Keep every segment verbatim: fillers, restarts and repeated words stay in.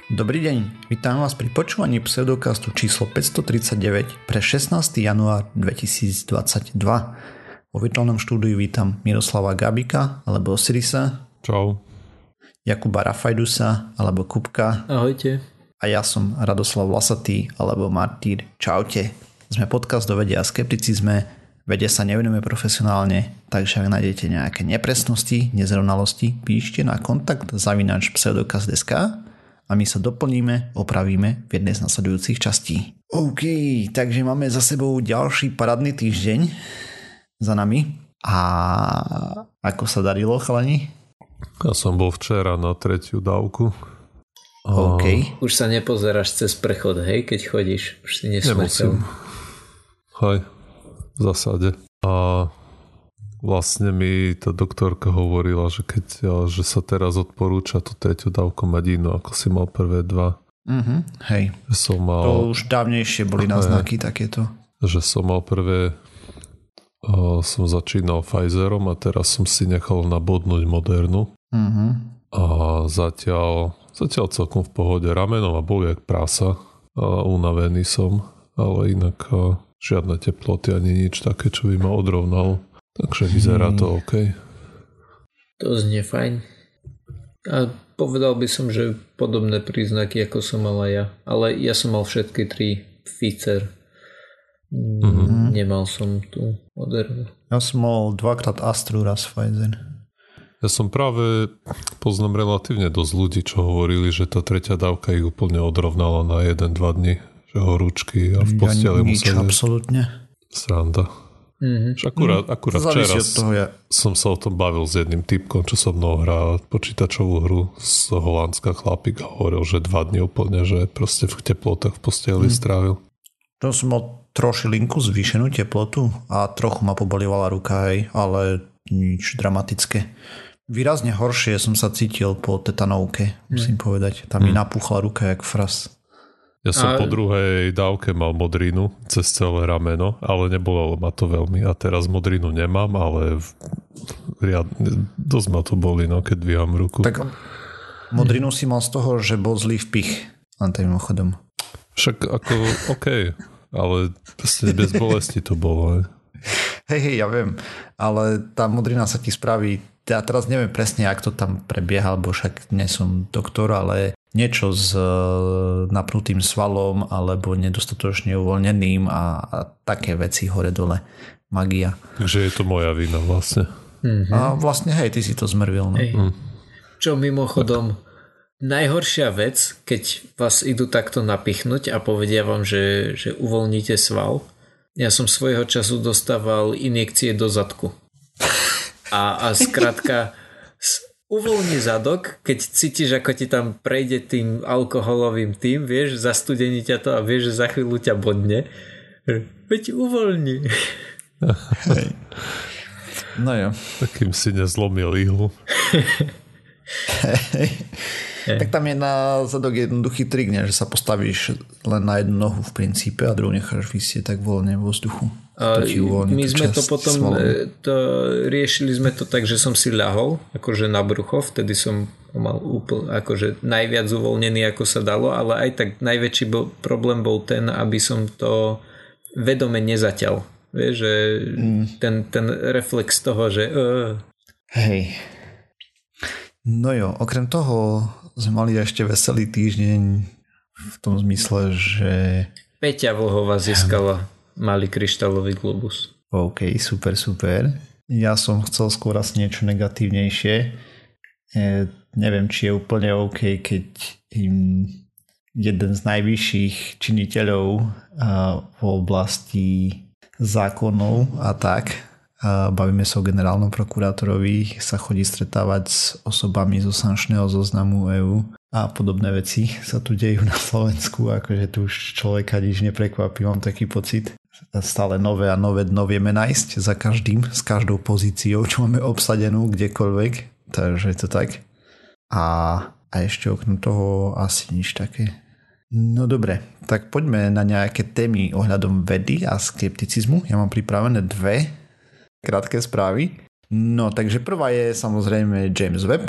Dobrý deň, vítam vás pri počúvaní pseudokastu číslo päťstotridsaťdeväť pre šestnásteho januára dvetisícdvadsaťdva. Vo virtuálnom štúdiu vítam Miroslava Gabika alebo Osirisa. Čau. Jakuba Rafajdusa alebo Kupka. Ahojte. A ja som Radoslav Vlasatý alebo Martýr. Čaute. Sme podcast o vede a skepticizme. Vede sa nevenujeme profesionálne, takže ak nájdete nejaké nepresnosti, nezrovnalosti, píšte na kontakt zavináč pseudokast bodka es ká a my sa doplníme, opravíme v jednej z nasledujúcich častí. OK, takže máme za sebou ďalší parádny týždeň za nami. A ako sa darilo, chalani? Ja som bol včera na tretiu dávku. OK. Už sa nepozeráš cez prechod, hej, keď chodíš. Už si nesmrteľ. Hej, v zásade. A vlastne mi tá doktorka hovorila, že keď že sa teraz odporúča tú tretiu dávku mať inú, ako si mal prvé dva. Uh-huh, hej. Že som mal, to už dávnejšie boli náznaky takéto. Že som mal prvé uh, som začínal Pfizerom a teraz som si nechal nabodnúť Modernu. Uh-huh. A zatiaľ zatiaľ celkom v pohode. Rameno ma boli jak prása a unavený som, ale inak uh, žiadne teploty ani nič také, čo by ma odrovnalo. Takže vyzerá to OK. To znie fajn. A povedal by som, že podobné príznaky, ako som mal aj ja. Ale ja som mal všetky tri Pfizer. Mm-hmm. Nemal som tú Modernu. Ja som mal dvakrát Astru, raz Pfizer. Ja som práve poznám relatívne dosť ľudí, čo hovorili, že tá tretia dávka ich úplne odrovnala na jeden dva dni. Že horúčky a v posteli ja nič, museli... absolútne. Sranda. Mm-hmm. Akurát, akurát včera toho, ja. som sa o tom bavil s jedným typkom, čo so mnou hrá počítačovú hru z Holandska, chlapík, a hovoril, že dva dni úplne, že proste v teplotách v posteli mm. strávil. To som mal trošilinku zvýšenú teplotu a trochu ma pobolievala ruka, hej, ale nič dramatické. Výrazne horšie som sa cítil po tetanovke, musím mm. povedať. Tam mm. mi napúchla ruka jak fras. Ja som a... po druhej dávke mal modrinu cez celé rameno, ale nebolo ma to veľmi. A teraz modrinu nemám, ale v... riad... dosť ma to boli, no, keď dvíham ruku. Tak modrinu si mal z toho, že bol zlý vpich, len tým mimochodom. Však ako, OK, ale bez bolesti to bolo. Hej, hej, ja viem, ale tá modrina sa ti spraví, ja teraz neviem presne, jak to tam prebieha, lebo však nie som doktor, ale niečo s napnutým svalom alebo nedostatočne uvoľneným a, a také veci hore dole. Magia. Takže je to moja vina vlastne. Mm-hmm. A vlastne hej, ty si to zmrvil. No. Mm. Čo mimochodom najhoršia vec, keď vás idú takto napichnúť a povedia vám, že, že uvoľníte sval. Ja som svojho času dostával injekcie do zadku. A, a skrátka uvoľni zadok, keď cítiš, ako ti tam prejde tým alkoholovým tým, vieš, zastudení ťa to a vieš, že za chvíľu ťa bodne. Veď uvoľni. Hej. No jo. Takým si nezlomil ihlu. Hej. Tak tam je na zadok jednoduchý trik, ne? Že sa postavíš len na jednu nohu v princípe a druhú necháš vysieť tak voľne vo vzduchu. A my sme to potom to, riešili sme to tak, že som si ľahol akože na brucho, vtedy som mal úplne akože najviac uvoľnený ako sa dalo, ale aj tak najväčší bol, problém bol ten, aby som to vedome nezaťal. Vieš, že mm. ten, ten reflex toho, že uh. hej. No jo, okrem toho sme mali ešte veselý týždeň v tom zmysle, že Peťa Vlhová získala malý kryštálový globus. OK, super, super. Ja som chcel skôr asi niečo negatívnejšie. E, neviem, či je úplne OK, keď im jeden z najvyšších činiteľov a, v oblasti zákonov a tak, a bavíme sa o generálnom prokurátorovi, sa chodí stretávať s osobami zo sankčného zoznamu é ú a podobné veci sa tu dejú na Slovensku, akože tu už človeka nič neprekvapí, mám taký pocit. Stále nové a nové dno vieme nájsť za každým, s každou pozíciou, čo máme obsadenú kdekoľvek, takže je to tak. A, a ešte okrem toho asi nič také. No dobre, tak poďme na nejaké témy ohľadom vedy a skepticizmu. Ja mám pripravené dve krátke správy. No, takže prvá je samozrejme James Webb.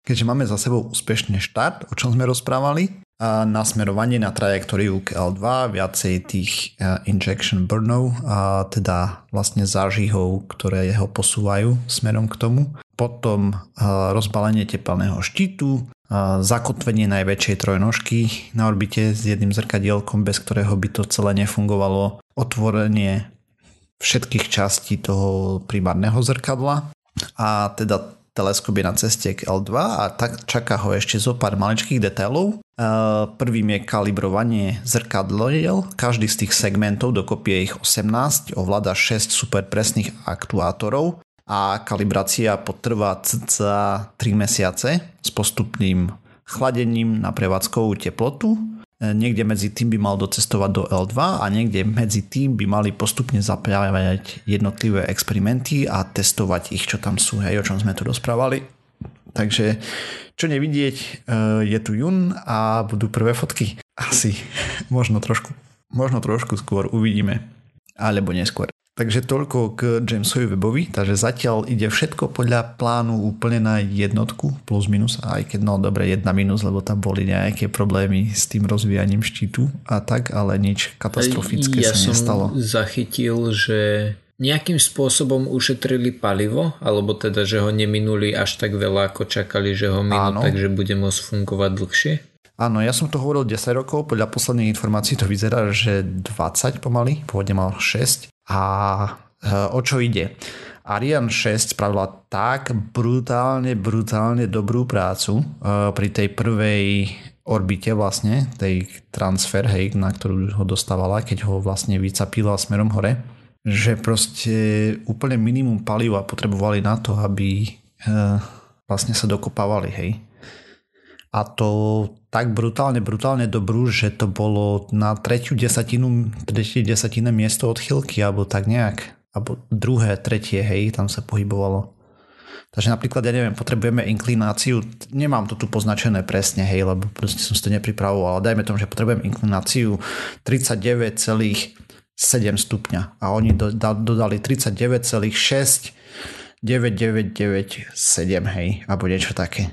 keďže máme za sebou úspešný štart, o čom sme rozprávali, a nasmerovanie na trajektóriu k el dva, viacej tých injection burnov, a teda vlastne zážihov, ktoré ho posúvajú smerom k tomu. Potom rozbalenie tepelného štítu, zakotvenie najväčšej trojnožky na orbite s jedným zrkadielkom, bez ktorého by to celé nefungovalo, otvorenie všetkých častí toho primárneho zrkadla a teda teleskop je na ceste k el dva a tak čaká ho ešte zo pár maličkých detailov. Prvým je kalibrovanie zrkadliel. Každý z tých segmentov, dokopy je ich osemnásť, ovláda šesť super presných aktuátorov a kalibrácia potrvá cca tri mesiace s postupným chladením na prevádzkovú teplotu. Niekde medzi tým by mal docestovať do el dva a niekde medzi tým by mali postupne zapájať jednotlivé experimenty a testovať ich, čo tam sú, hej, o čom sme tu rozprávali. Takže čo nevidieť, je tu jún a budú prvé fotky. Asi, možno trošku, možno trošku skôr uvidíme, alebo neskôr. Takže toľko k Jamesovi Webbovi, takže zatiaľ ide všetko podľa plánu úplne na jednotku, plus minus, aj keď no dobre jedna minus, lebo tam boli nejaké problémy s tým rozvíjaním štítu a tak, ale nič katastrofické ja sa nestalo. Ja som zachytil, že nejakým spôsobom ušetrili palivo, alebo teda, že ho neminuli až tak veľa, ako čakali, že ho minú, takže bude môcť fungovať dlhšie. Áno, ja som to hovoril desať rokov, podľa posledných informácií to vyzerá, že dvadsať pomaly, pôvodne mal šesť. A o čo ide? Ariane šesť spravila tak brutálne, brutálne dobrú prácu pri tej prvej orbite vlastne, tej transfer, hej, na ktorú ho dostávala, keď ho vlastne vycapila smerom hore, že proste úplne minimum paliva potrebovali na to, aby vlastne sa dokopávali, hej. A to tak brutálne, brutálne dobrú, že to bolo na tretiu desatinu, tretiu desatinu miesto odchýlky, alebo tak nejak. Alebo druhé, tretie, hej, tam sa pohybovalo. Takže napríklad, ja neviem, potrebujeme inklináciu, nemám to tu poznačené presne, hej, lebo proste som si to nepripravoval, ale dajme tomu, že potrebujem inklináciu tridsaťdeväť celá sedem stupňa a oni dodali tridsaťdeväť celá šesť deväť deväť deväť sedem, hej, alebo niečo také.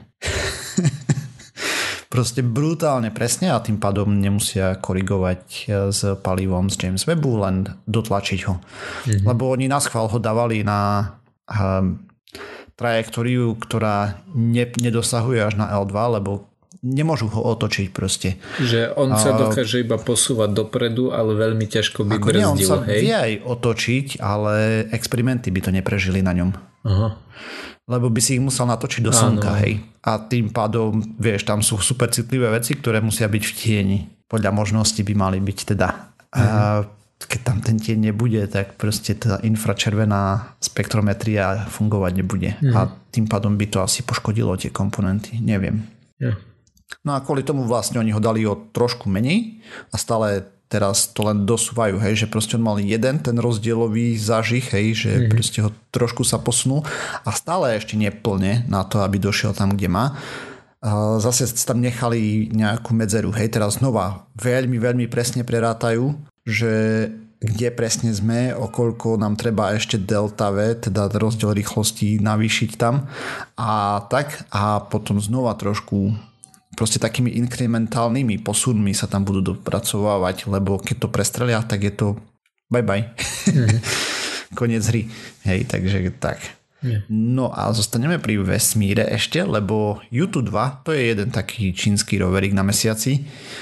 Proste brutálne presne a tým pádom nemusia korigovať s palivom z James Webbu, len dotlačiť ho. Mm-hmm. Lebo oni na schvál ho dávali na um, trajektóriu, ktorá ne, nedosahuje až na el dva, lebo nemôžu ho otočiť proste. Že on sa dokáže iba posúvať dopredu, ale veľmi ťažko by brzdil, on sa hej? vie aj otočiť, ale experimenty by to neprežili na ňom. Aha. Lebo by si ich musel natočiť do slnka, hej. A tým pádom, vieš, tam sú super citlivé veci, ktoré musia byť v tieni. Podľa možnosti by mali byť teda. Mhm. A keď tam ten tieň nebude, tak proste tá infračervená spektrometria fungovať nebude. Mhm. A tým pádom by to asi poškodilo tie komponenty. Neviem. Ja. No a kvôli tomu vlastne oni ho dali o trošku menej a stále teraz to len dosúvajú, hej, že proste on mal jeden ten rozdielový zážih, hej, že mm-hmm. proste ho trošku sa posunul a stále ešte neplne na to, aby došiel tam, kde má. Zase tam nechali nejakú medzeru, hej, teraz znova veľmi, veľmi presne prerátajú, že kde presne sme, okoľko nám treba ešte delta V, teda rozdiel rýchlostí navýšiť tam a tak a potom znova trošku proste takými inkrementálnymi posunmi sa tam budú dopracovávať, lebo keď to prestrelia, tak je to bye bye. Mm-hmm. Koniec hry. Hej, takže tak. Yeah. No a zostaneme pri vesmíre ešte, lebo U dva, to je jeden taký čínsky roverík na mesiaci,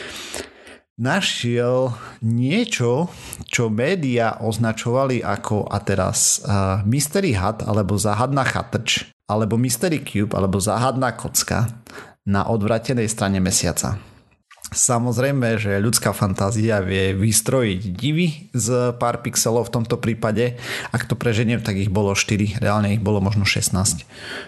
našiel niečo, čo médiá označovali ako a teraz uh, Mystery Hat, alebo záhadná chatrč, alebo Mystery Cube, alebo záhadná kocka na odvratenej strane mesiaca. Samozrejme, že ľudská fantázia vie vystrojiť divy z pár pixelov v tomto prípade. Ak to preženiem, tak ich bolo štyri, reálne ich bolo možno šestnásť.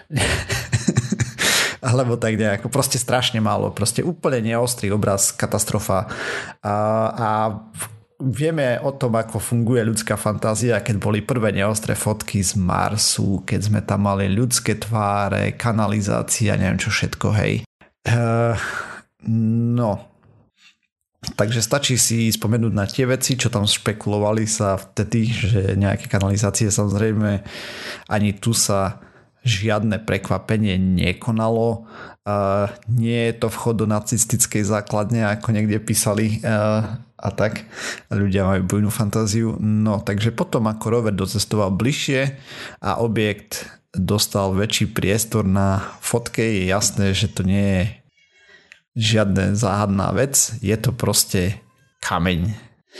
Alebo tak nejako, proste strašne málo, proste úplne neostrý obraz, katastrofa. A, a vieme o tom, ako funguje ľudská fantázia, keď boli prvé neostré fotky z Marsu, keď sme tam mali ľudské tváre, kanalizácia, neviem čo všetko, hej. Uh, no, takže stačí si spomenúť na tie veci, čo tam špekulovali sa vtedy, že nejaké kanalizácie, samozrejme ani tu sa žiadne prekvapenie nekonalo. Uh, nie je to vchod do nacistickej základne, ako niekde písali uh, a tak. Ľudia majú bujnú fantáziu. No, takže potom ako rover docestoval bližšie a objekt dostal väčší priestor na fotke, je jasné, že to nie je žiadna záhadná vec. Je to proste kameň.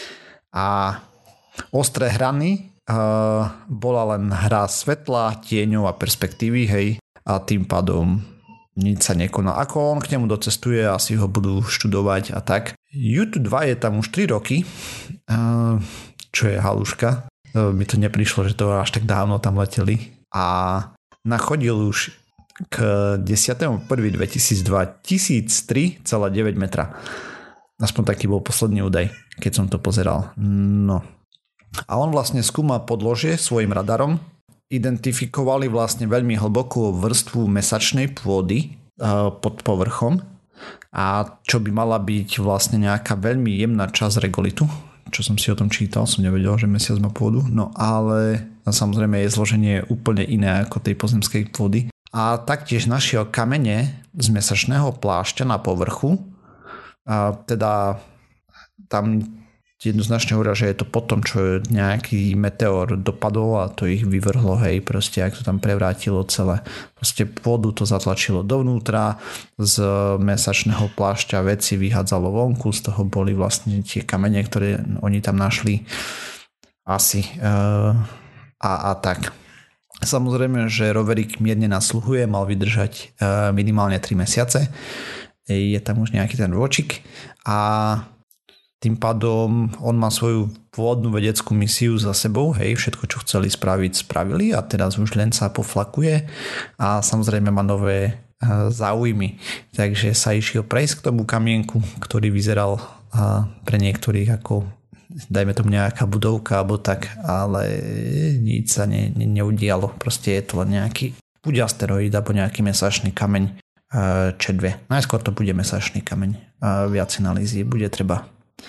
A ostré hrany uh, bola len hra svetla, tieňov a perspektívy, hej, a tým pádom nič sa nekoná. Ako on k nemu docestuje, asi ho budú študovať a tak. U dva je tam už tri roky, uh, čo je haluška. Uh, mi to neprišlo, že to až tak dávno tam leteli. A nachodil už k desiateho prvého dvetisícdva tisíctri celé deväť metra. Aspoň taký bol posledný údaj, keď som to pozeral. No. A on vlastne skúma podložie svojim radarom. Identifikovali vlastne veľmi hlbokú vrstvu mesačnej pôdy pod povrchom, a čo by mala byť vlastne nejaká veľmi jemná časť regolitu. Čo som si o tom čítal, som nevedel, že mesiac má pôdu. No ale samozrejme je zloženie úplne iné ako tej pozemskej pôdy. A taktiež našiel kamene z mesačného plášťa na povrchu. A teda tam jednoznačne hovoria, že je to potom, čo nejaký meteor dopadol a to ich vyvrhlo, hej, proste, ak to tam prevrátilo celé. Proste pôdu to zatlačilo dovnútra, z mesačného plášťa veci vyhádzalo vonku, z toho boli vlastne tie kamene, ktoré oni tam našli asi uh, a, a tak. Samozrejme, že roverík mierne nasluhuje, mal vydržať uh, minimálne tri mesiace. Je tam už nejaký ten ročik a tým pádom on má svoju pôvodnú vedeckú misiu za sebou, hej, všetko, čo chceli spraviť, spravili a teraz už len sa poflakuje a samozrejme má nové uh, záujmy. Takže sa išiel prejsť k tomu kamienku, ktorý vyzeral uh, pre niektorých ako, dajme tomu nejaká budovka alebo tak, ale nič sa ne, ne, neudialo. Proste je to len nejaký buď asteroid alebo nejaký mesačný kameň uh, č dva. Najskôr to bude mesačný kameň. Uh, viac analýzy bude treba.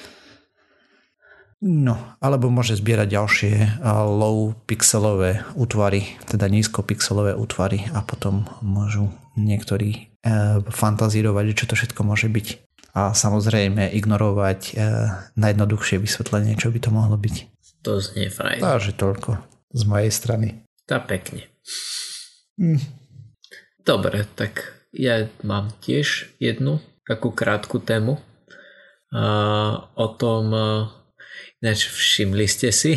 No, alebo môže zbierať ďalšie low pixelové útvary, teda nízkopixelové útvary a potom môžu niektorí e, fantazírovať, čo to všetko môže byť. A samozrejme ignorovať e, najjednoduchšie vysvetlenie, čo by to mohlo byť. To znie fajn. Takže toľko z mojej strany. Tá pekne. Mm. Dobre, tak ja mám tiež jednu takú krátku tému a, o tom. Ináč všimli ste si,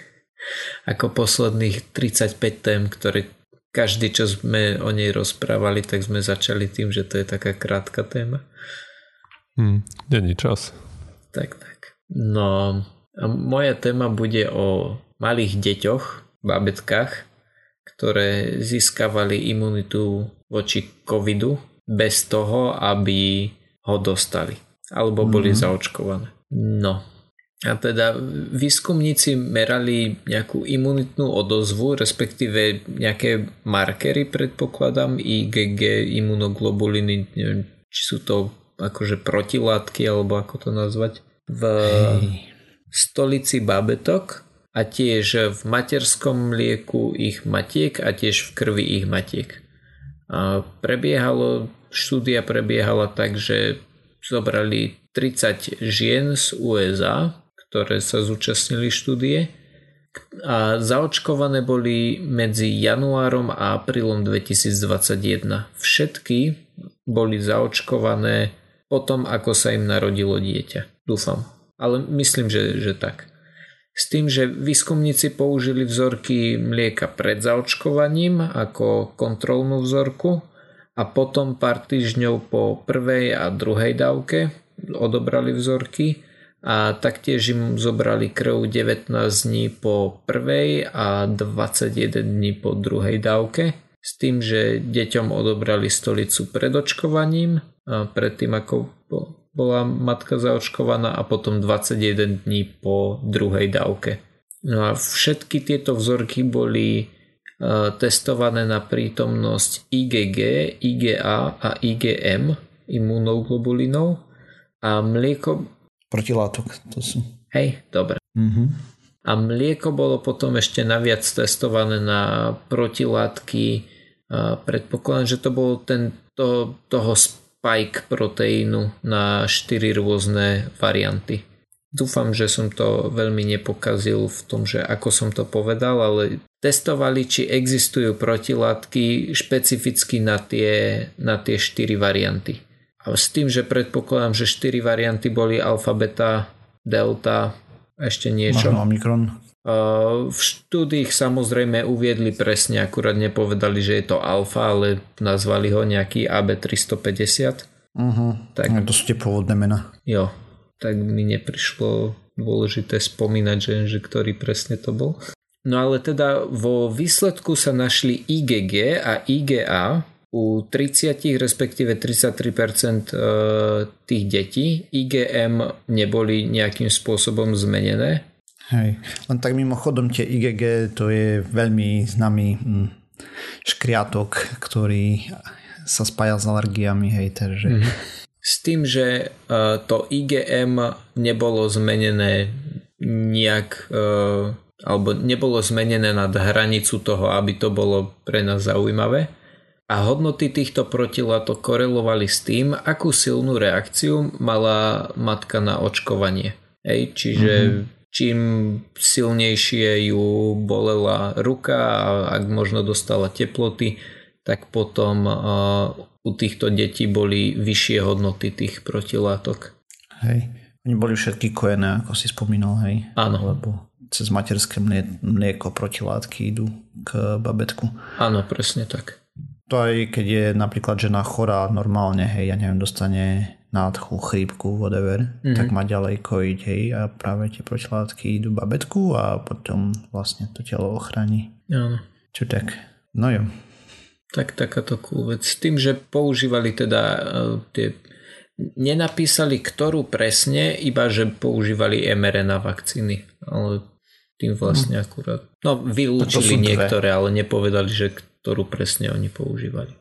ako posledných tridsaťpäť tém, ktoré každý, čo sme o nej rozprávali, tak sme začali tým, že to je taká krátka téma. Hmm, není čas. Tak, tak. No, a moja téma bude o malých deťoch, bábetkách, ktoré získavali imunitu voči covidu bez toho, aby ho dostali. Alebo boli mm-hmm. zaočkované. No. A teda výskumníci merali nejakú imunitnú odozvu, respektíve nejaké markery, predpokladám, í gé gé, imunoglobuliny, neviem, či sú to akože protilátky, alebo ako to nazvať, v Hej. stolici bábetok a tiež v materskom mlieku ich matiek a tiež v krvi ich matiek. A prebiehalo, štúdia prebiehala tak, že zobrali tridsať žien z ú es á, ktoré sa zúčastnili štúdie a zaočkované boli medzi januárom a aprílom dvetisícdvadsaťjeden. Všetky boli zaočkované potom, ako sa im narodilo dieťa. Dúfam. Ale myslím, že, že tak. S tým, že výskumníci použili vzorky mlieka pred zaočkovaním ako kontrolnú vzorku a potom pár týždňov po prvej a druhej dávke odobrali vzorky a taktiež im zobrali krv devätnásť dní po prvej a dvadsaťjeden dní po druhej dávke, s tým, že deťom odobrali stolicu pred očkovaním, a predtým ako bola matka zaočkovaná a potom dvadsaťjeden dní po druhej dávke. No a všetky tieto vzorky boli testované na prítomnosť í gé gé, í gé á a í gé em imunoglobulinov a mlieko protilátok to sú. Hej, dobre. Mm-hmm. A mlieko bolo potom ešte naviac testované na protilátky A predpokladám, že to bol ten, to, toho spike proteínu na štyri rôzne varianty. Dúfam, že som to veľmi nepokazil v tom, že ako som to povedal, ale testovali, či existujú protilátky špecificky na tie, na tie štyri varianty. A s tým, že predpokladám, že štyri varianty boli alfa, beta, delta, ešte niečo. Možno omikron. V štúdiích samozrejme uviedli presne, akurát nepovedali, že je to alfa, ale nazvali ho nejaký á bé tristopäťdesiat. Uh-huh. Tak, to sú tie pôvodné mená. Jo. Tak mi neprišlo dôležité spomínať, že, že ktorý presne to bol. No ale teda vo výsledku sa našli í gé gé a í gé á u tridsať respektíve tridsaťtri percent tých detí. í gé em neboli nejakým spôsobom zmenené. Hej, len tak mimochodom tie í gé gé to je veľmi známy škriatok, ktorý sa spája s alergiami, hej, takže... Mm-hmm. S tým, že uh, to í gé em nebolo zmenené nejak, uh, alebo nebolo zmenené nad hranicu toho, aby to bolo pre nás zaujímavé. A hodnoty týchto protilátok korelovali s tým, akú silnú reakciu mala matka na očkovanie. Hej, čiže mm-hmm. čím silnejšie ju bolela ruka a ak možno dostala teploty, tak potom uh, u týchto detí boli vyššie hodnoty tých protilátok. Hej, oni boli všetky kojené, ako si spomínal, hej? Áno. Lebo cez materské mlieko protilátky idú k babetku. Áno, presne tak. To aj keď je napríklad žena chorá normálne, hej, ja neviem, dostane nádchu, chrípku, whatever, mm-hmm. tak má ďalej kojiť, hej, a práve tie protilátky idú babetku a potom vlastne to telo ochráni. Áno. Čo tak? No jo. Tak takáto cool vec. S tým, že používali teda uh, tie... Nenapísali ktorú presne, iba že používali em er en á vakcíny. Ale tým vlastne hmm. akurát... No vylúčili niektoré, dve. Ale nepovedali, že ktorú presne oni používali.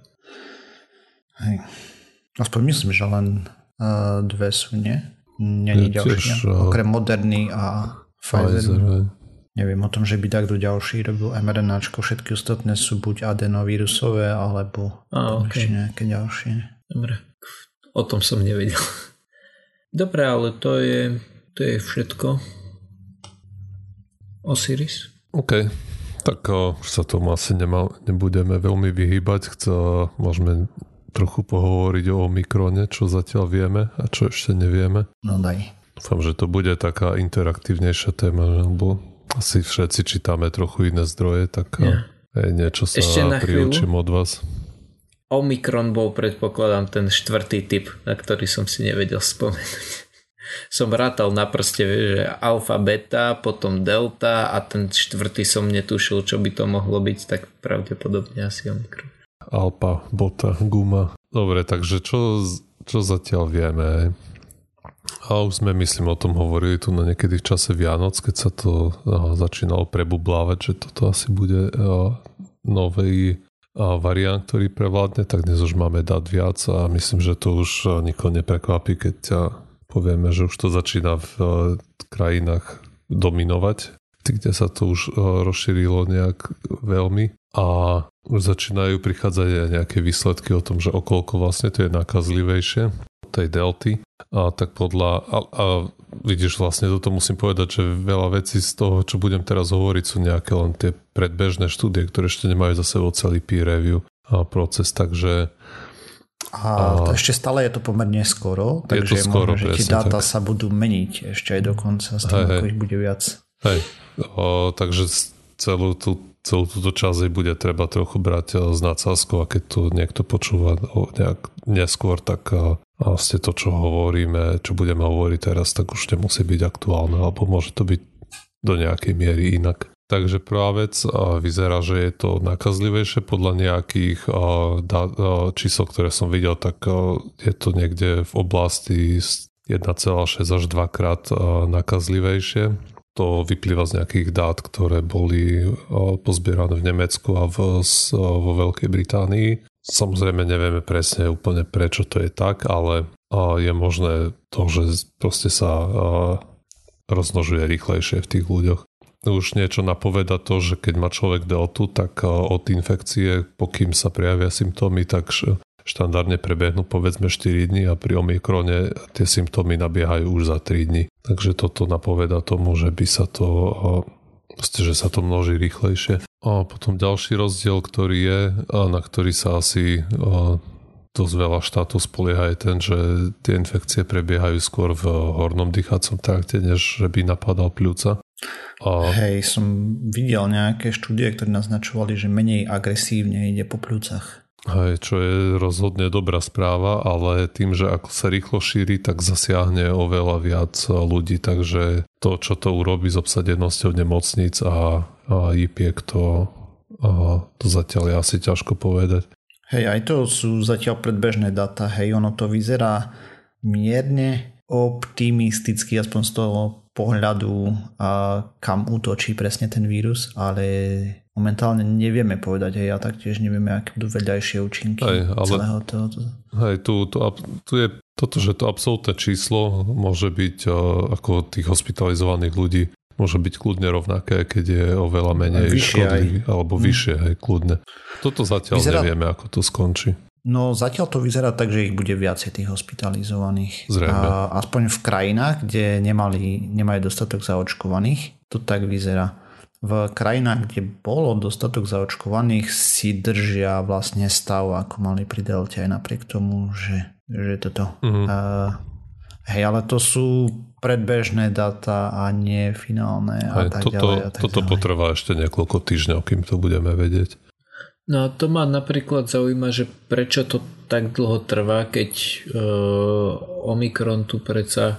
Hej. Aspoň myslím, že len uh, dve sú, nie? Nie, nie ďalšie. Uh, Okrem Moderny a Pfizer. Pfizer. Neviem o tom, že by takto ďalší robil mRNAčko. Všetky ostatné sú buď adenovírusové, alebo a, okay. ešte nejaké ďalšie. Dobre. O tom som nevedel. Dobre, ale to je, to je všetko. Osiris? OK. Tak už sa tomu asi nema, nebudeme veľmi vyhýbať. Chce, môžeme trochu pohovoriť o Omikrone, čo zatiaľ vieme a čo ešte nevieme. No daj. Dúfam, že to bude taká interaktívnejšia téma, lebo asi všetci čítame trochu iné zdroje, tak yeah. aj niečo sa priučím od vás. Omikron bol, predpokladám, ten štvrtý typ, na ktorý som si nevedel spomenúť. Som rátal na prste, že alfa, beta, potom delta a ten štvrtý som netušil, čo by to mohlo byť, tak pravdepodobne asi omikron. Alfa, beta, guma. Dobre, takže čo, čo zatiaľ vieme? A už sme, myslím, o tom hovorili tu na niekedy v čase Vianoc, keď sa to aha, začínalo prebublávať, že toto asi bude uh, nový uh, variant, ktorý prevládne, tak dnes už máme dať viac a myslím, že to už uh, nikoho neprekvapí, keď uh, povieme, že už to začína v uh, krajinách dominovať, kde sa to už uh, rozšírilo nejak veľmi a už začínajú prichádzať aj nejaké výsledky o tom, že okolko vlastne to je nakazlivejšie tej delty. A tak podľa a, a vidíš, vlastne toto musím povedať, že veľa vecí z toho, čo budem teraz hovoriť, sú nejaké len tie predbežné štúdie, ktoré ešte nemajú za sebou celý peer review a proces, takže a, a ešte stále je to pomerne skoro, takže je skoro, možno, že tie dáta tak. Sa budú meniť ešte aj dokonca s tým, hej, ako hej. ich bude viac. Hej, o, takže celú tú celú túto časť bude treba trochu brať s nadsázkou a keď tu niekto počúva nejak neskôr, tak vlastne to, čo hovoríme, čo budeme hovoriť teraz, tak už nemusí byť aktuálne, alebo môže to byť do nejakej miery inak. Takže prvá vec, vyzerá, že je to nakazlivejšie podľa nejakých čísel, ktoré som videl, tak je to niekde v oblasti jeden celá šesť až dva krát nakazlivejšie. To vyplýva z nejakých dát, ktoré boli pozbierané v Nemecku a v, vo Veľkej Británii. Samozrejme nevieme presne úplne prečo to je tak, ale je možné to, že proste sa rozmnožuje rýchlejšie v tých ľuďoch. už niečo napoveda to, že keď má človek deltu, tak od infekcie, pokým sa prejavia symptómy, tak štandardne prebehnú povedzme štyri dni a pri Omikrone tie symptómy nabiehajú už za tri dni. Takže toto napoveda tomu, že by sa to, proste, že sa to množí rýchlejšie. A potom ďalší rozdiel, ktorý je, a na ktorý sa asi dosť veľa štátov spolieha, je ten, že tie infekcie prebiehajú skôr v hornom dýchacom trakte, než že by napadal pľúca. A... Hej, som videl nejaké štúdie, ktoré naznačovali, že menej agresívne ide po pľúcach. Hej, čo je rozhodne dobrá správa, ale tým, že ako sa rýchlo šíri, tak zasiahne oveľa viac ľudí, takže to, čo to urobí s obsadenosťou nemocníc a, a ipiek, to, a, to zatiaľ je asi ťažko povedať. Hej, aj to sú zatiaľ predbežné dáta, hej, ono to vyzerá mierne optimisticky, aspoň z toho pohľadu, a kam útočí presne ten vírus, ale momentálne nevieme povedať, hej, a taktiež nevieme, aké budú vedľajšie účinky hej, ale, celého toho. Hej, tu, tu, tu je toto, že to absolútne číslo môže byť ako tých hospitalizovaných ľudí môže byť kľudne rovnaké, keď je oveľa menej škodlivý, alebo vyššie, hej, kľudne. Toto zatiaľ vyzerá... nevieme, ako to skončí. No zatiaľ to vyzerá tak, že ich bude viacej tých hospitalizovaných. Zrejme. A aspoň v krajinách, kde nemali, nemajú dostatok zaočkovaných, to tak vyzerá. V krajinách, kde bolo dostatok zaočkovaných, si držia vlastne stav, ako mali pri delte, aj napriek tomu, že, že toto... Mm-hmm. Uh, hej, ale to sú predbežné dáta a nie finálne a hej, tak toto, ďalej. A tak toto ďalej. potrvá ešte niekoľko týždňov, kým to budeme vedieť. No a to ma napríklad zaujíma, že prečo to tak dlho trvá, keď uh, Omikron tu predsa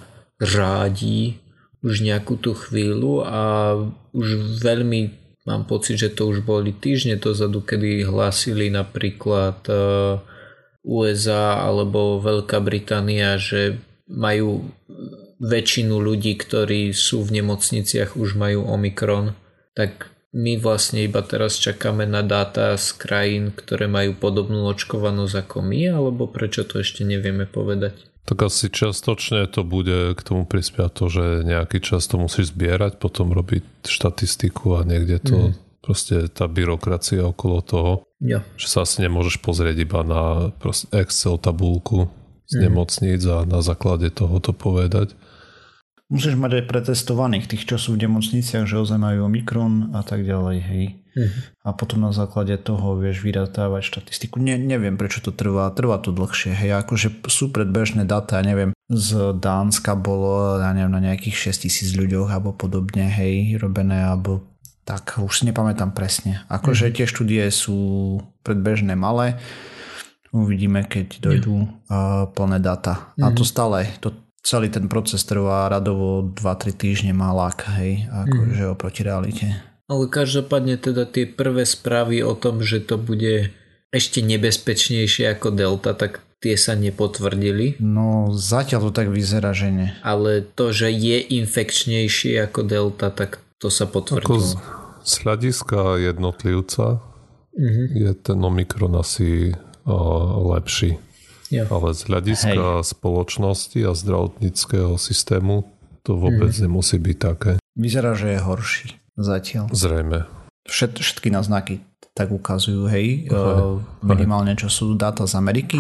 rádí už nejakú tú chvíľu a už veľmi mám pocit, že to už boli týždne dozadu, kedy hlásili napríklad uh, ú es á alebo Veľká Británia, že majú väčšinu ľudí, ktorí sú v nemocniciach, už majú Omikron, tak my vlastne iba teraz čakáme na dáta z krajín, ktoré majú podobnú očkovanosť ako my, alebo prečo to ešte nevieme povedať? Tak asi čiastočne to bude k tomu prispiať to, že nejaký čas to musíš zbierať, potom robiť štatistiku a niekde to mm. proste tá byrokracia okolo toho, ja. že sa asi nemôžeš pozrieť iba na Excel tabulku z mm. nemocníc a na základe toho to povedať. Musíš mať aj pretestovaných tých, čo sú v nemocniciach, že ozaj majú Omikron a tak ďalej, hej. Mm. A potom na základe toho vieš vyratávať štatistiku. Ne, neviem, prečo to trvá. Trvá to dlhšie, hej. Akože sú predbežné dáta, ja neviem, z Dánska bolo, ja neviem, na nejakých šesťtisíc ľuďoch alebo podobne, hej, robené, alebo tak, už si nepamätám presne. Akože mm. tie štúdie sú predbežné malé. Uvidíme, keď dojdú uh, plné dáta. Mm. A to stále, to celý ten proces trvá radovo dva tri týždne má lak, hej, akože mm. oproti realite. Ale každopádne teda tie prvé správy o tom, že to bude ešte nebezpečnejšie ako Delta, tak tie sa nepotvrdili. No zatiaľ to tak vyzerá, že nie. Ale to, že je infekčnejšie ako Delta, tak to sa potvrdilo. Ako z, z hľadiska jednotlivca mm-hmm. je ten Omikron asi uh, lepší. Ja. Ale z hľadiska Hej. spoločnosti a zdravotníckeho systému to vôbec mm. nemusí byť také. Vyzerá, že je horší zatiaľ. Zrejme. Všet, všetky náznaky tak ukazujú, hej. Uh, minimálne čo sú dáta z Ameriky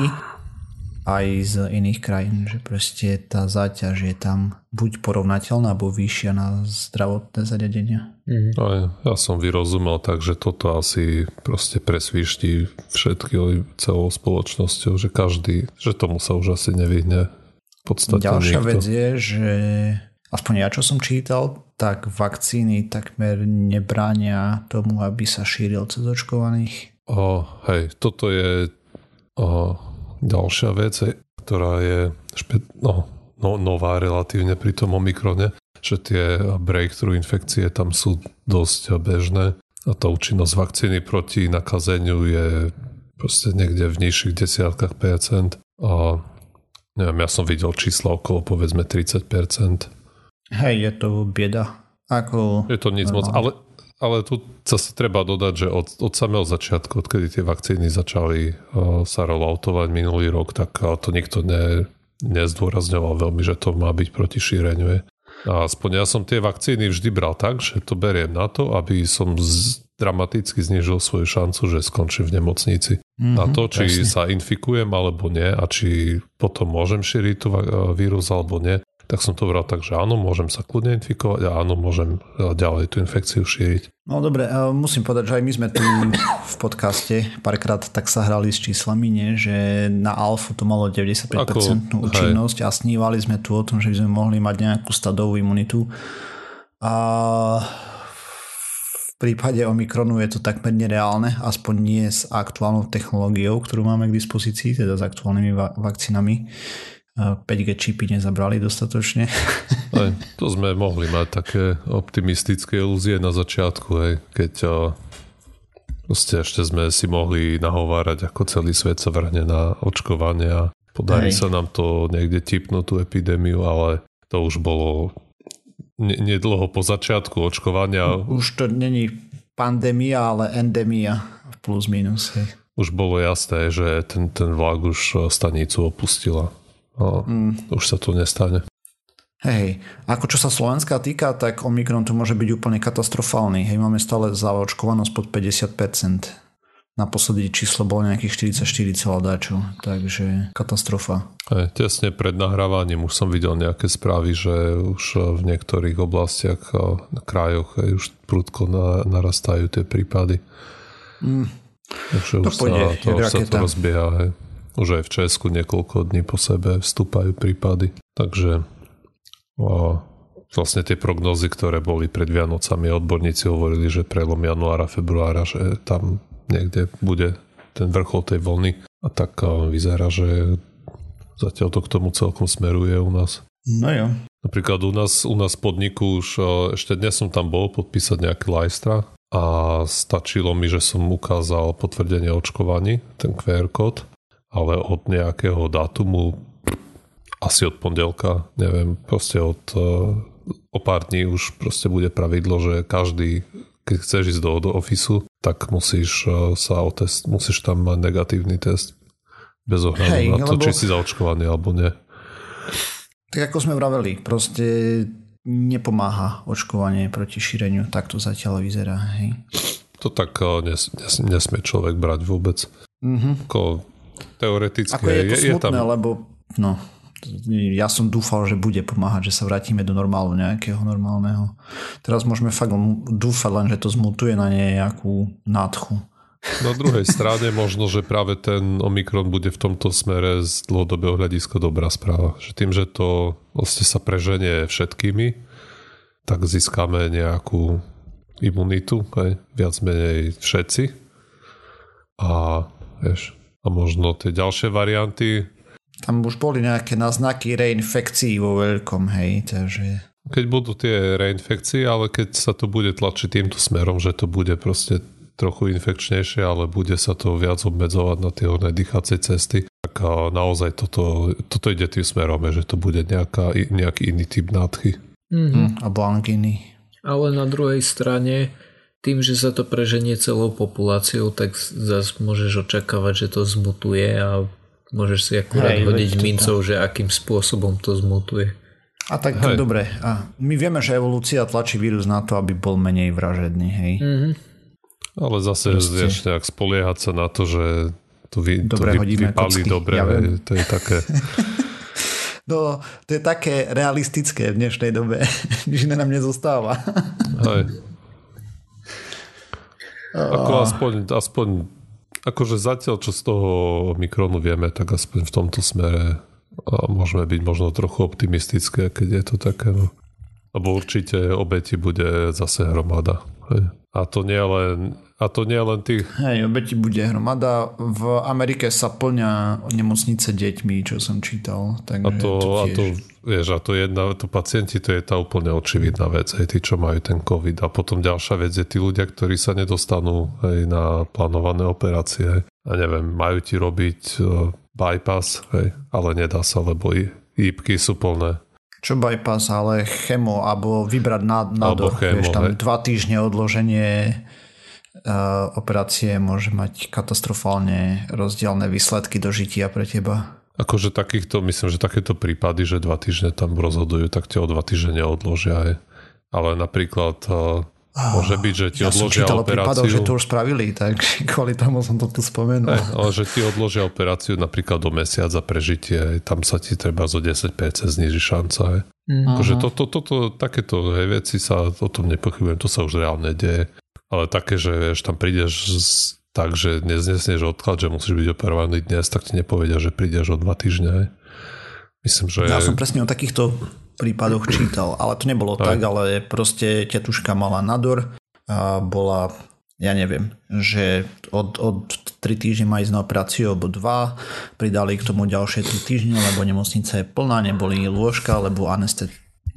aj z iných krajín, že proste tá záťaž je tam buď porovnateľná, alebo vyššia na zdravotné zariadenia. Mm. Aj, ja som vyrozumel tak, že toto asi proste presvíšti všetky celou spoločnosťou, že každý, že tomu sa už asi nevyhne v podstate Ďalšia nikto. vec je, že aspoň ja, čo som čítal, tak vakcíny takmer nebránia tomu, aby sa šíril cez očkovaných. O, hej, toto je o, ďalšia vec, ktorá je špe- no, no, nová relatívne pri tom Omikrone, že tie breakthrough infekcie tam sú dosť bežné a tá účinnosť vakcíny proti nakazeniu je proste niekde v nižších desiatkách percent a neviem, ja som videl čísla okolo povedzme tridsať percent. Hej, je to bieda. Ako... Je to nic moc, ale, ale tu zase treba dodať, že od, od samého začiatku, odkedy tie vakcíny začali uh, sa rolloutovať minulý rok, tak uh, to nikto ne, nezdôrazňoval veľmi, že to má byť proti šíreniu. A aspoň ja som tie vakcíny vždy bral tak, že to beriem na to, aby som z, dramaticky znížil svoju šancu, že skončím v nemocnici. Mm-hmm, na to, či presne. Sa infikujem alebo nie a či potom môžem šíriť tú vírus alebo nie, tak som to bral tak, že áno, môžem sa kľudne infikovať a áno, môžem ďalej tú infekciu šíriť. No dobre, musím povedať, že aj my sme tu v podcaste párkrát tak sa hrali s číslami, nie? Že na alfu to malo deväťdesiatpäť percent Ako, účinnosť hej. a snívali sme tu o tom, že by sme mohli mať nejakú stadovú imunitu. A v prípade Omikronu je to takmer nereálne, aspoň nie s aktuálnou technológiou, ktorú máme k dispozícii, teda s aktuálnymi va- vakcínami. päť gé čipy nezabrali dostatočne. Aj, to sme mohli mať také optimistické ilúzie na začiatku, hej, keď o, proste ešte sme si mohli nahovárať, ako celý svet sa vrhne na očkovanie a podarí hej. sa nám to niekde tipnúť tú epidémiu, ale to už bolo nedlho po začiatku očkovania. Už to není pandémia, ale endémia plus minus. Hej. Už bolo jasné, že ten, ten vlak už stanicu opustila. No, mm. už sa to nestane. Hej, ako čo sa Slovenska týka, tak Omikron tu môže byť úplne katastrofálny. Hej, máme stále zaočkovanosť pod päťdesiat percent. Naposledy číslo bolo nejakých štyridsaťštyri celá dáčo, takže katastrofa. Hej, tesne pred nahrávaním už som videl nejaké správy, že už v niektorých oblastiach a krajoch hej, už prudko na, narastajú tie prípady. Mm. Takže to už pôjde, sa to, už sa to rozbieha, hej. Už aj v Česku niekoľko dní po sebe vstúpajú prípady. Takže o, vlastne tie prognózy, ktoré boli pred Vianocami, odborníci hovorili, že prelom januára, februára, že tam niekde bude ten vrchol tej vlny. A tak o, vyzerá, že zatiaľ to k tomu celkom smeruje u nás. No jo. Napríklad u nás, u nás v podniku už o, ešte dnes som tam bol podpísať nejaký lajstra a stačilo mi, že som ukázal potvrdenie očkovaní, ten kú ér kód. Ale od nejakého dátumu, asi od pondelka, neviem, proste od o pár dní už proste bude pravidlo, že každý, keď chceš ísť do, do ofisu, tak musíš sa otest, musíš tam mať negatívny test bez ohľadu Hej, na to, lebo... či si zaočkovaný alebo nie. Tak ako sme vraveli, proste nepomáha očkovanie proti šíreniu, tak to zatiaľ vyzerá. Hej. To tak nes, nes, nesmie človek brať vôbec. Mhm. Ako teoreticky. Ako je to je, smutné, je tam... lebo no, ja som dúfal, že bude pomáhať, že sa vrátime do normálu nejakého normálneho. Teraz môžeme fakt dúfať len, že to zmutuje na nejakú nádchu. Na druhej strane možno, že práve ten Omikron bude v tomto smere z dlhodobého hľadiska dobrá správa. Že tým, že to vlastne sa preženie všetkými, tak získame nejakú imunitu, aj, viac menej všetci. A vieš, a možno tie ďalšie varianty. Tam už boli nejaké náznaky reinfekcií vo veľkom, hej, takže... Keď budú tie reinfekcie, ale keď sa to bude tlačiť týmto smerom, že to bude proste trochu infekčnejšie, ale bude sa to viac obmedzovať na tie dýchacie cesty, tak naozaj toto, toto ide tým smerom, že to bude nejaká, nejaký iný typ nádchy. Mm-hmm. Alebo angíny. Ale na druhej strane tým, že sa to preženie celou populáciou, tak zase môžeš očakávať, že to zmutuje a môžeš si akurát Hej, hodiť mincov, že akým spôsobom to zmutuje. A tak hej. Dobre. A my vieme, že evolúcia tlačí vírus na to, aby bol menej vražedný. Hej. Mm-hmm. Ale zase vieš nejak spoliehať sa na to, že to, vy, dobre, to vy, vypálí dobre. Ja hej, to je také... No, to je také realistické v dnešnej dobe. Nič iné nám nezostáva. Hej. Ako aspoň, aspoň akože zatiaľ, čo z toho Omikronu vieme, tak aspoň v tomto smere môžeme byť možno trochu optimistické, keď je to také. No. Lebo určite obeti bude zase hromada. Hej. A to nie len A to nie len tých... Hej, obeti bude hromada. V Amerike sa plňa nemocnice deťmi, čo som čítal. Takže a to, to a to, vieš, a to jedna, to pacienti, to je tá úplne očividná vec, hej, tí, čo majú ten COVID. A potom ďalšia vec je tí ľudia, ktorí sa nedostanú hej, na plánované operácie. Hej. A neviem, majú ti robiť uh, bypass, hej, ale nedá sa, lebo jípky sú plné. Čo bypass, ale chemo, alebo vybrať nádor. Vieš, tam hej. dva týždne odloženie Uh, operácie môže mať katastrofálne rozdielne výsledky do žitia pre teba. Akože takýchto, myslím, že takéto prípady, že dva týždne tam rozhodujú, tak ťa o dva týždne neodložia. Aj. Ale napríklad uh, môže byť, že ti ja odložia operáciu. Ja som čítal o prípadoch, že to už spravili, tak kvôli tomu som to tu spomenul. Aj, ale že ti odložia operáciu napríklad do mesiaca prežitie, tam sa ti treba zo desať percent zniží šanca. Aj. Mm. Akože toto, to, to, takéto hej, veci sa, o tom nepochybujem, to sa už reálne deje. Ale také, že vieš, tam prídeš z tak, že dnes nesnieš odklad, že musíš byť operovaný dnes, tak ti nepovedia, že prídeš o dva týždne. Myslím, že... Ja som presne o takýchto prípadoch čítal, ale to nebolo aj tak, ale proste tetuška mala nador a bola, ja neviem, že od, od tri týždne má ísť na operáciu alebo dva, pridali k tomu ďalšie tri týždne, lebo nemocnica je plná, neboli lôžka, lebo anestet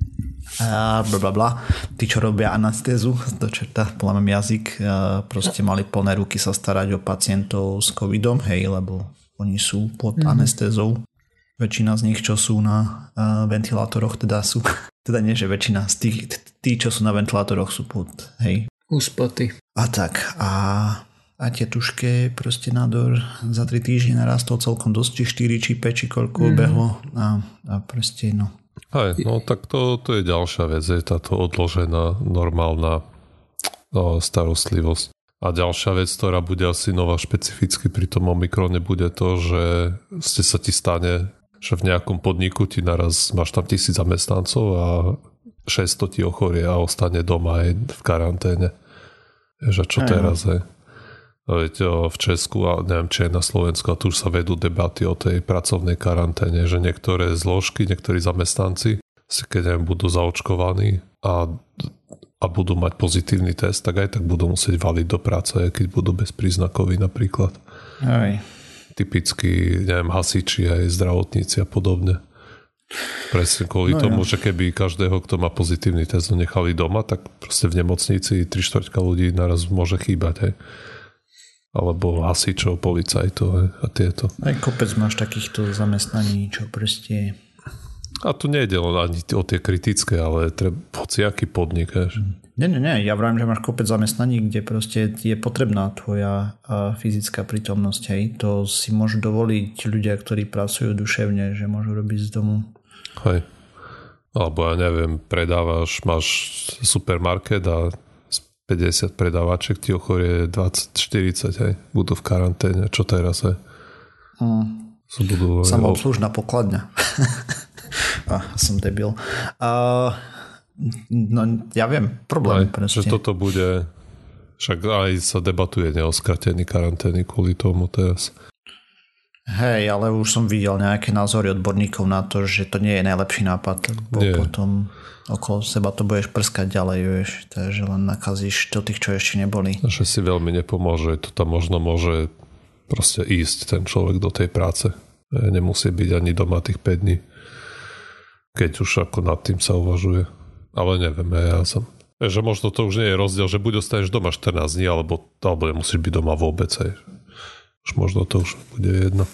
a blablabla. Tí, čo robia anestézu, do čerta, polámem jazyk, proste mali plné ruky sa starať o pacientov s covidom, hej, lebo oni sú pod mm. anestézou. Väčšina z nich, čo sú na ventilátoroch, teda sú, teda nie, že väčšina z tých, tí, čo sú na ventilátoroch, sú pod, hej. Úspaty. A tak, a, a tetuške proste nádor za tri týždne narastol celkom dosť, či štyri, či päť, či koľko mm. behlo a, a proste, no. Hej, no tak to, to je ďalšia vec, je táto odložená normálna no, starostlivosť. A ďalšia vec, ktorá bude asi nová špecificky pri tom Omikrone, bude to, že ste sa ti stane, že v nejakom podniku ti naraz máš tam tisíc zamestnancov a šesťsto ti ochorie a ostane doma aj v karanténe. Že čo aj, teraz, hej? Veď v Česku a neviem, či aj na Slovensku, a tu už sa vedú debaty o tej pracovnej karanténe, že niektoré zložky, niektorí zamestnanci, keď neviem, budú zaočkovaní a, a budú mať pozitívny test, tak aj tak budú musieť valiť do práce, keď budú bezpríznakoví napríklad. Aj. Typicky, neviem, hasiči, aj zdravotníci a podobne. Presne kvôli no, tomu, ja. že keby každého, kto má pozitívny test, nechali doma, tak proste v nemocnici tri štvrťka ľudí naraz môže chýbať, hej. Alebo hasičov, policajtov a tieto. Aj kopec máš takýchto zamestnaní, čo proste... A tu nejde len ani o tie kritické, ale treba hociaký podnik. Vieš. Nie, nie, nie. Ja vravím, že máš kopec zamestnaní, kde proste je potrebná tvoja fyzická prítomnosť. Hej. To si môžu dovoliť ľudia, ktorí pracujú duševne, že môžu robiť z domu. Hej. Alebo ja neviem, predávaš, máš supermarket a päťdesiat predávaček ti ochorie dvadsať štyridsať, hej, budú v karanténe. Čo teraz, hej? Hmm. Budú, samoobslužná pokladňa. ah, som debil. Uh, no, ja viem, problém. Aj, že toto bude, však aj sa debatuje o skratení karantény kvôli tomu teraz. Hej, ale už som videl nejaké názory odborníkov na to, že to nie je najlepší nápad, lebo nie. Potom okolo seba to budeš prskať ďalej, vieš, takže len nakazíš do tých, čo ešte neboli. Že si veľmi nepomôže, to tam možno môže proste ísť ten človek do tej práce. Nemusí byť ani doma tých päť dní, keď už ako nad tým sa uvažuje. Ale neviem, ja som... Že možno to už nie je rozdiel, že buď ostaneš doma štrnásť dní, alebo, alebo nemusíš byť doma vôbec. Aj. Už možno to už bude jedno.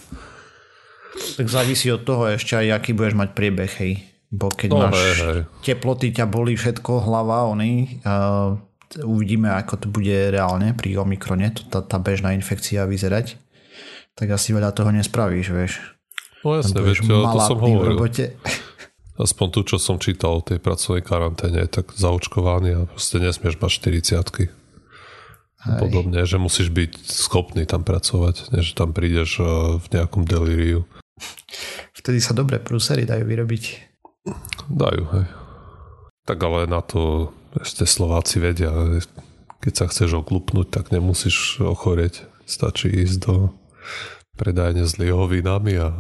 Tak závisí od toho ešte aj, aký budeš mať priebeh, hej. Bo keď no, máš hej, hej. teploty, ťa bolí všetko, hlava, oni, uh, uvidíme, ako to bude reálne pri Omikrone, to, tá, tá bežná infekcia vyzerať, tak asi veľa toho nespravíš, vieš. No jasne, vieš, to som hovoril. Aspoň tu, čo som čítal o tej pracovnej karanténe, tak zaočkovaný a proste nesmieš mať štyridsiatky. Podobne, že musíš byť schopný tam pracovať, než tam prídeš v nejakom delíriu. Vtedy sa dobre prúsery dajú vyrobiť. Dajú, hej. Tak ale na to ešte Slováci vedia. Keď sa chceš oklupnúť, tak nemusíš ochorieť. Stačí ísť do predajne s lihovinami a...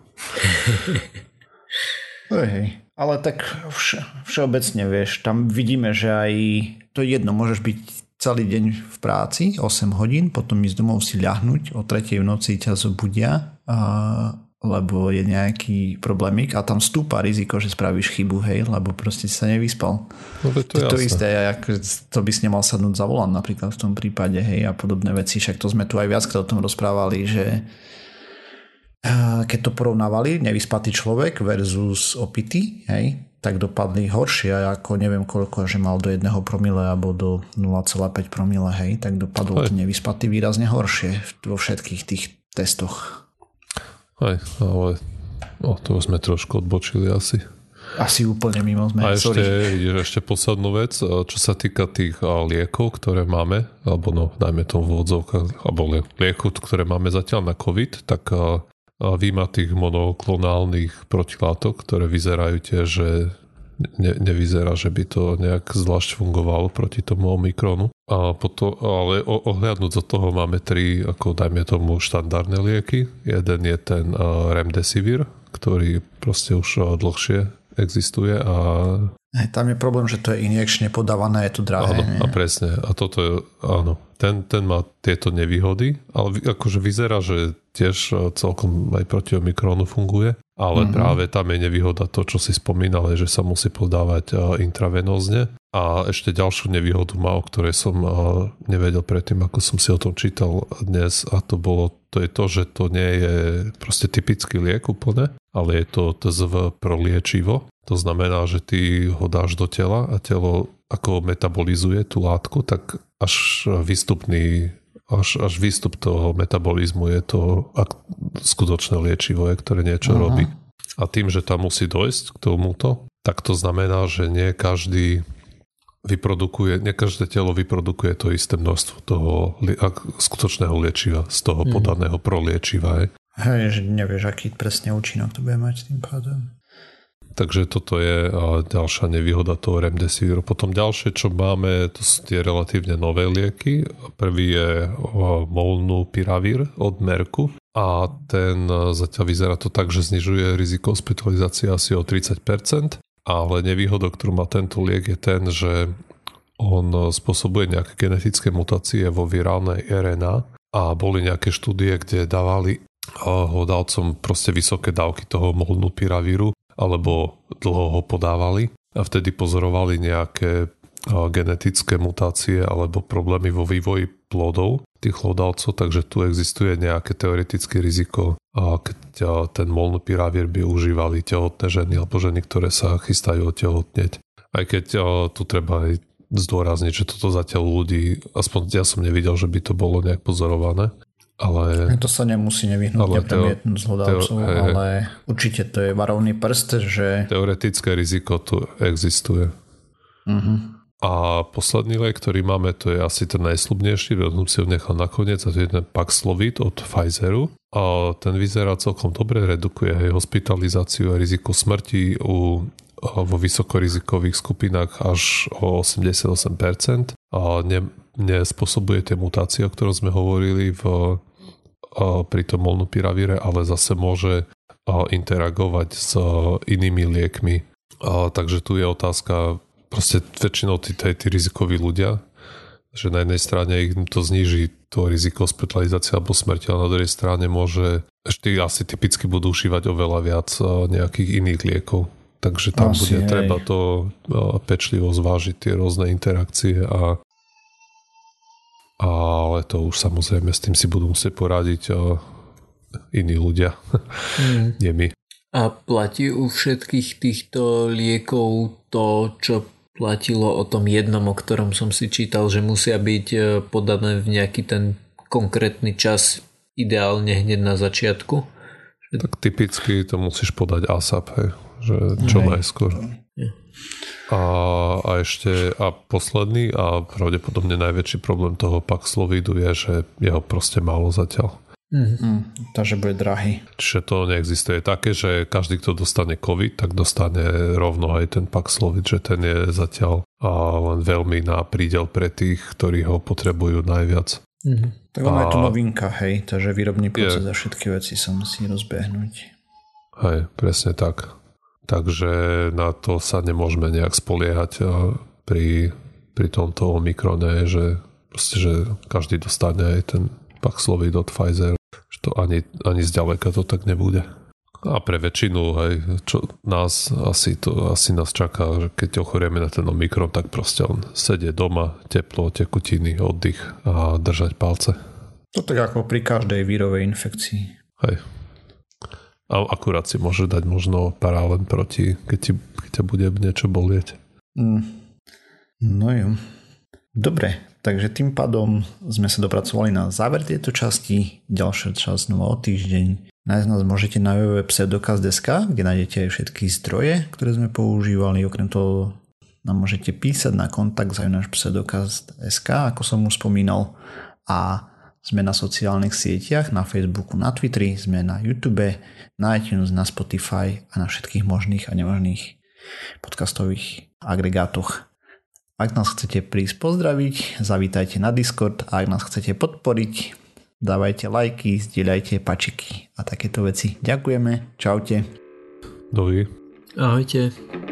Hej, hej. Ale tak vše, všeobecne, vieš, tam vidíme, že aj to jedno, môžeš byť celý deň v práci, osem hodín, potom ísť domov si ľahnuť, o tretej v noci ťa zobudia a lebo je nejaký problémik a tam stúpa riziko, že spravíš chybu, hej, lebo proste si sa nevyspal. No to, to, to isté, ako to by si nemal sadnúť za volant napríklad v tom prípade, hej, a podobné veci, však to sme tu aj viackrát o tom rozprávali, že keď to porovnávali, nevyspatý človek versus opitý, hej, tak dopadli horšie, ako neviem koľko, že mal do jedného promile alebo do nula celá päť promile, hej, tak dopadlo to nevyspatý výrazne horšie vo všetkých tých testoch. Aj, ale No, to sme trošku odbočili asi. Asi úplne mimo sme. A ešte, Sorry. ešte poslednú vec, čo sa týka tých liekov, ktoré máme, alebo no, dajme tomu v odzovkách, alebo liekov, ktoré máme zatiaľ na COVID, tak výjima tých monoklonálnych protilátok, ktoré vyzerajú tiež, že ne, nevyzerá, že by to nejak zvlášť fungovalo proti tomu Omikronu. A potom, ale ohľadnúť od toho máme tri, ako dajme tomu, štandardné lieky. Jeden je ten uh, Remdesivir, ktorý proste už dlhšie existuje a... Tam je problém, že to je injekčne podávané, je to drahé. Áno, a presne. A toto je, áno, ten, ten má tieto nevýhody, ale akože vyzerá, že tiež celkom aj proti Omikronu funguje, ale mm-hmm. práve tam je nevýhoda to, čo si spomínal, že sa musí podávať intravenózne. A ešte ďalšiu nevýhodu má, o ktorej som nevedel predtým, ako som si o tom čítal dnes, a to bolo, to je to, že to nie je proste typický liek úplne, ale je to té zet vé pro liečivo. To znamená, že ty ho dáš do tela a telo ako metabolizuje tú látku, tak až výstupný, až, až výstup toho metabolizmu je to skutočné liečivo, ktoré niečo Aha. robí. A tým, že tam musí dojsť k tomuto, tak to znamená, že nie každý vyprodukuje, nie každé telo vyprodukuje to isté množstvo toho skutočného liečiva, z toho podaného pro liečiva. Hej, že nevieš, aký presne účinok to bude mať tým pádom. Takže toto je ďalšia nevýhoda toho Remdesiviru. Potom ďalšie, čo máme, to sú tie relatívne nové lieky. Prvý je Molnupiravir od Merku a ten zatiaľ vyzerá to tak, že znižuje riziko hospitalizácie asi o tridsať percent, ale nevýhoda, ktorú má tento liek, je ten, že on spôsobuje nejaké genetické mutácie vo virálnej er en á a boli nejaké štúdie, kde dávali ho dávcom proste vysoké dávky toho Molnupiraviru alebo dlho ho podávali a vtedy pozorovali nejaké genetické mutácie alebo problémy vo vývoji plodov tých hlodavcov, takže tu existuje nejaké teoretické riziko, keď ten Molnupiravir by užívali tehotné ženy alebo ženy, ktoré sa chystajú otehotneť. Aj keď tu treba aj zdôrazniť, že toto zatiaľ ľudí, aspoň ja som nevidel, že by to bolo nejak pozorované. Ale to sa nemusí nevyhnúť premietnúť z hlodavcov, teo, ale určite to je varovný prst, že... Teoretické riziko tu existuje. Uh-huh. A posledný liek, ktorý máme, to je asi ten najslubnejší, som si ho nechal nakoniec, a to je ten Paxlovid od Pfizeru. A ten vyzerá celkom dobre, redukuje aj hospitalizáciu a riziko smrti u, vo vysokorizikových skupinách až o osemdesiatosem percent. A ne, nespôsobuje tie mutácie, o ktorom sme hovorili v, pri tom Molnupiravire, ale zase môže interagovať s inými liekmi. A, takže tu je otázka, proste väčšinou tí, tí, tí rizikoví ľudia, že na jednej strane ich to zníži to riziko hospitalizácie alebo smrti, ale na druhej strane môže, ešte asi typicky budú užívať oveľa viac nejakých iných liekov. Takže tam asi bude hej. treba to pečlivo zvážiť, tie rôzne interakcie a ale to už samozrejme s tým si budú musieť poradiť iní ľudia, mm. nie my. A platí u všetkých týchto liekov to, čo platilo o tom jednom, o ktorom som si čítal, že musia byť podané v nejaký ten konkrétny čas, ideálne hneď na začiatku? Tak typicky to musíš podať ASAP, hej, že čo hej. najskôr. Ja. A, a ešte a posledný a pravdepodobne najväčší problém toho Paxlovidu je, že je ho proste málo zatiaľ. Mm, takže bude drahý. Čiže to neexistuje také, že každý, kto dostane COVID, tak dostane rovno aj ten Paxlovid, že ten je zatiaľ a len veľmi na prídel pre tých, ktorí ho potrebujú najviac. Mm. Tak ono je to novinka, hej, takže výrobný proces a všetky veci sa musí rozbehnúť. Hej, presne tak. Takže na to sa nemôžeme nejak spoliehať pri, pri tomto Omikrone, že, proste, že každý dostane aj ten Paxlovid od Pfizer, že to ani, ani zďaleka to tak nebude. A pre väčšinu, hej, čo nás asi, to, asi nás čaká, že keď ochorieme na ten Omikron, tak proste on sedie doma, teplo, tekutiny, oddych a držať palce. To tak ako pri každej vírovej infekcii. Hej. A akurát si môže dať možno paralen proti, keď, ti, keď ťa bude niečo bolieť. Mm. No jo. Dobre, takže tým pádom sme sa dopracovali na záver tejto časti. Ďalšia časť znova o týždeň. Nájsť nás môžete na w w w bodka pseudokaz bodka es ká, kde nájdete aj všetky zdroje, ktoré sme používali. Okrem toho nám môžete písať na kontakt zavináč pseudokaz bodka es ká, ako som už spomínal. A sme na sociálnych sieťach, na Facebooku, na Twitteri, sme na YouTube, na iTunes, na Spotify a na všetkých možných a nemožných podcastových agregátoch. Ak nás chcete prísť pozdraviť, zavítajte na Discord a ak nás chcete podporiť, dávajte lajky, zdieľajte pačiky a takéto veci. Ďakujeme, čaute. Dovi. Ahojte.